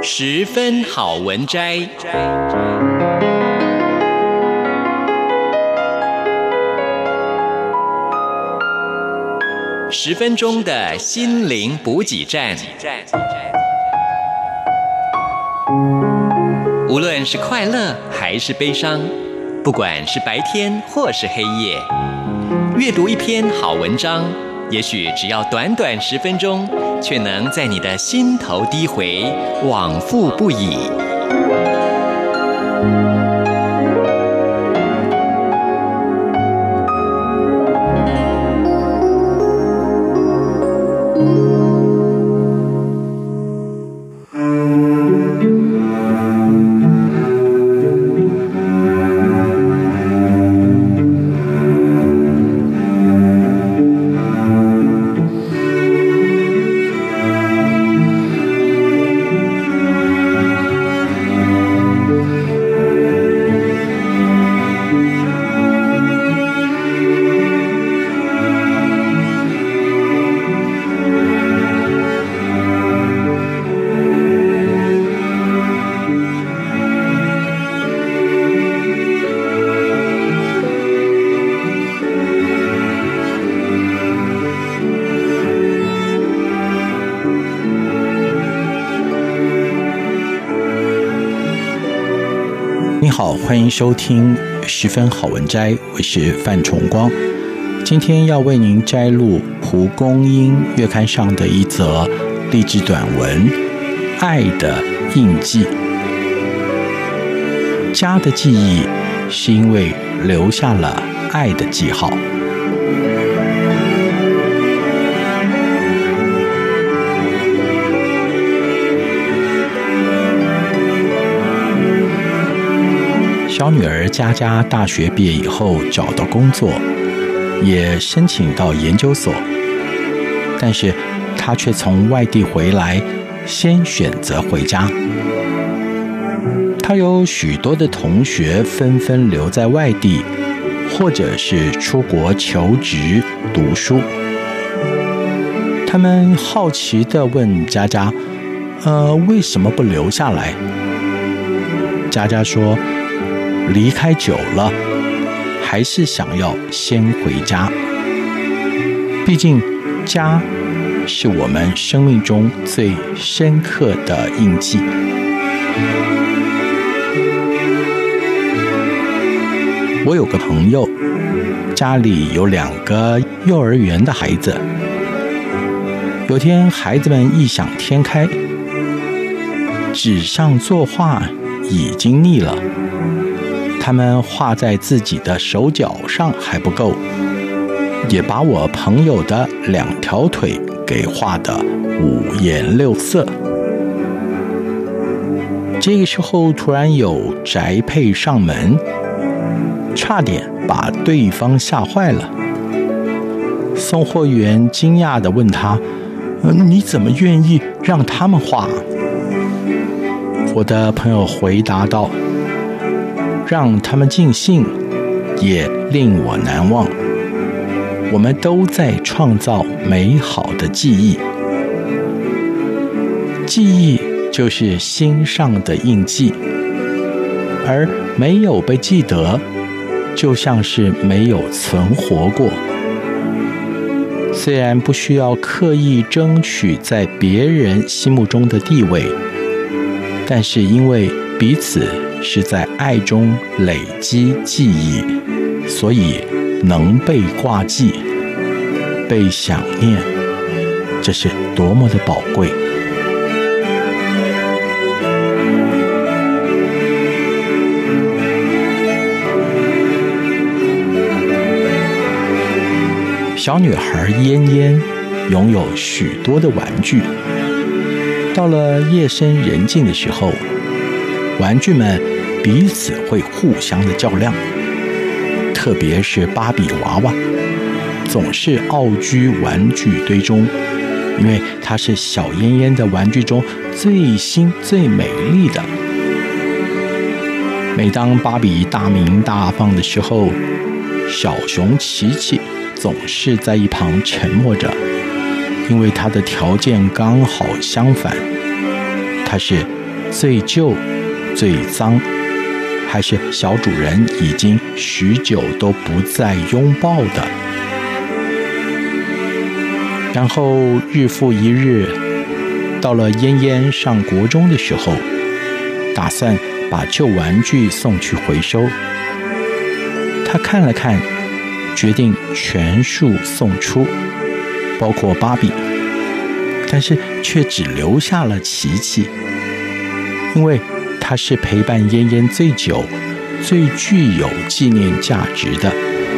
十分好文摘。10分钟的心灵补给站。无论是快乐还是悲伤，不管是白天或是黑夜，阅读一篇好文章，也许只要短短10分钟，却能在你的心头低回，往复不已。 你好，欢迎收听十分好文摘，我是范崇光。今天要为您摘录蒲公英月刊上的一则励志短文《爱的印记》。家的记忆是因为留下了爱的记号。小女儿佳佳大学毕业以后找到工作，也申请到研究所，但是她却从外地回来，先选择回家。她有许多的同学纷纷留在外地，或者是出国求职读书。他们好奇地问佳佳：为什么不留下来？佳佳说：离开久了，还是想要先回家。毕竟，家是我们生命中最深刻的印记。我有个朋友，家里有2个幼儿园的孩子。有天，孩子们异想天开，纸上作画已经腻了。他们画在自己的手脚上还不够，也把我朋友的2条腿给画得5颜6色。这个时候突然有宅配上门，差点把对方吓坏了。送货员惊讶地问他：你怎么愿意让他们画？我的朋友回答道：让他们尽兴，也令我难忘。我们都在创造美好的记忆。记忆就是心上的印记，而没有被记得，就像是没有存活过。虽然不需要刻意争取在别人心目中的地位，但是因为彼此是在爱中累积记忆，所以能被挂记，被想念，这是多么的宝贵。小女孩嫣嫣拥有许多的玩具，到了夜深人静的时候，玩具们彼此会互相的较量，特别是芭比娃娃，总是傲居玩具堆中，因为它是小嫣嫣的玩具中最新最美丽的。每当芭比大鸣大放的时候，小熊琪琪总是在一旁沉默着，因为他的条件刚好相反，他是最旧、最脏，还是小主人已经许久都不再拥抱的？然后日复一日，到了嫣嫣上国中的时候，打算把旧玩具送去回收。他看了看，决定全数送出，包括芭比，但是却只留下了琪琪，因为他是陪伴嫣嫣最久、最具有纪念价值的。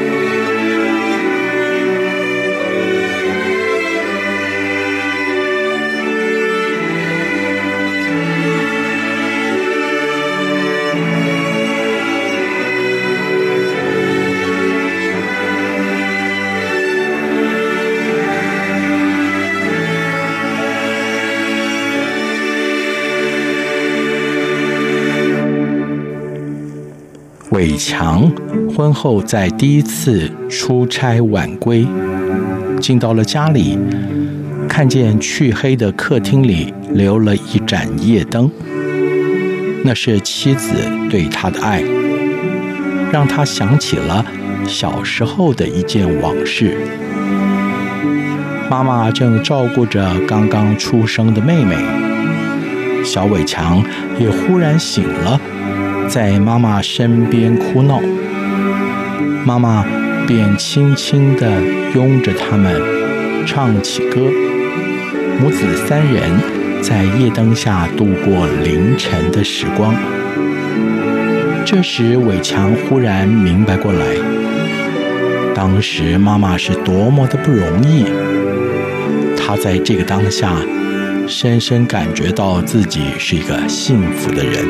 伟强婚后在第一次出差晚归，进到了家里，看见黢黑的客厅里留了一盏夜灯，那是妻子对他的爱，让他想起了小时候的一件往事。妈妈正照顾着刚刚出生的妹妹，小伟强也忽然醒了，在妈妈身边哭闹，妈妈便轻轻地拥着他们唱起歌，母子三人在夜灯下度过凌晨的时光。这时伟强忽然明白过来，当时妈妈是多么的不容易，他在这个当下深深感觉到自己是一个幸福的人。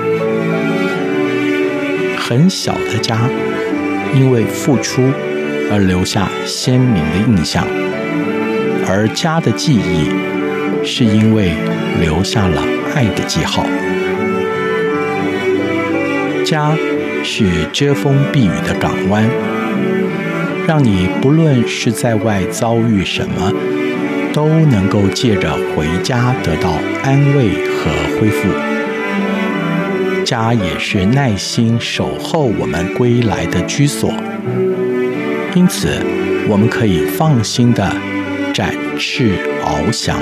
很小的家，因为付出而留下鲜明的印象，而家的记忆是因为留下了爱的记号。家是遮风避雨的港湾，让你不论是在外遭遇什么，都能够借着回家得到安慰和恢复。家也是耐心守候我们归来的居所，因此我们可以放心地展翅翱翔。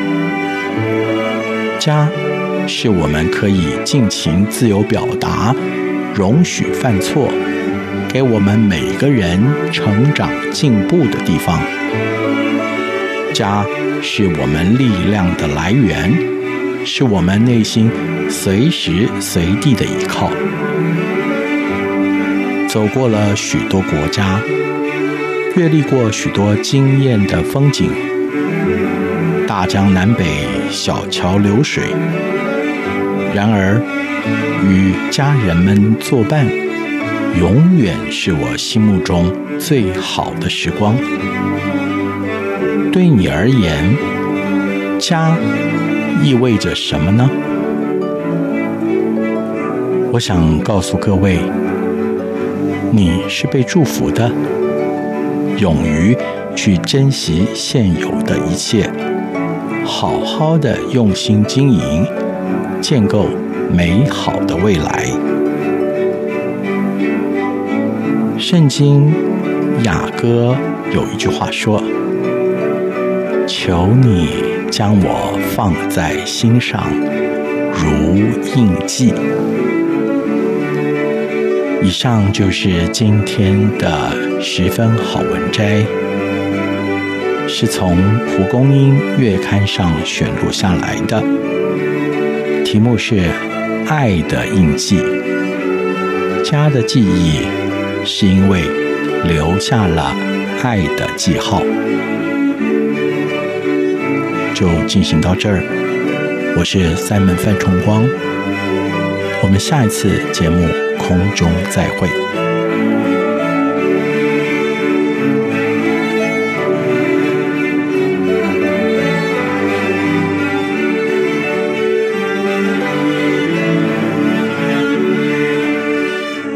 家是我们可以尽情自由表达、容许犯错，给我们每个人成长进步的地方。家是我们力量的来源，是我们内心随时随地的依靠。走过了许多国家，阅历过许多惊艳的风景，大江南北，小桥流水。然而，与家人们作伴，永远是我心目中最好的时光。对你而言，家意味着什么呢？我想告诉各位，你是被祝福的，勇于去珍惜现有的一切，好好的用心经营，建构美好的未来。圣经雅歌有一句话说：求你将我放在心上，如印记。以上就是今天的10分好文摘，是从蒲公英月刊上选录下来的，题目是爱的印记。家的记忆是因为留下了爱的记号。就进行到这儿，我是Simon范崇光，我们下一次节目空中再会。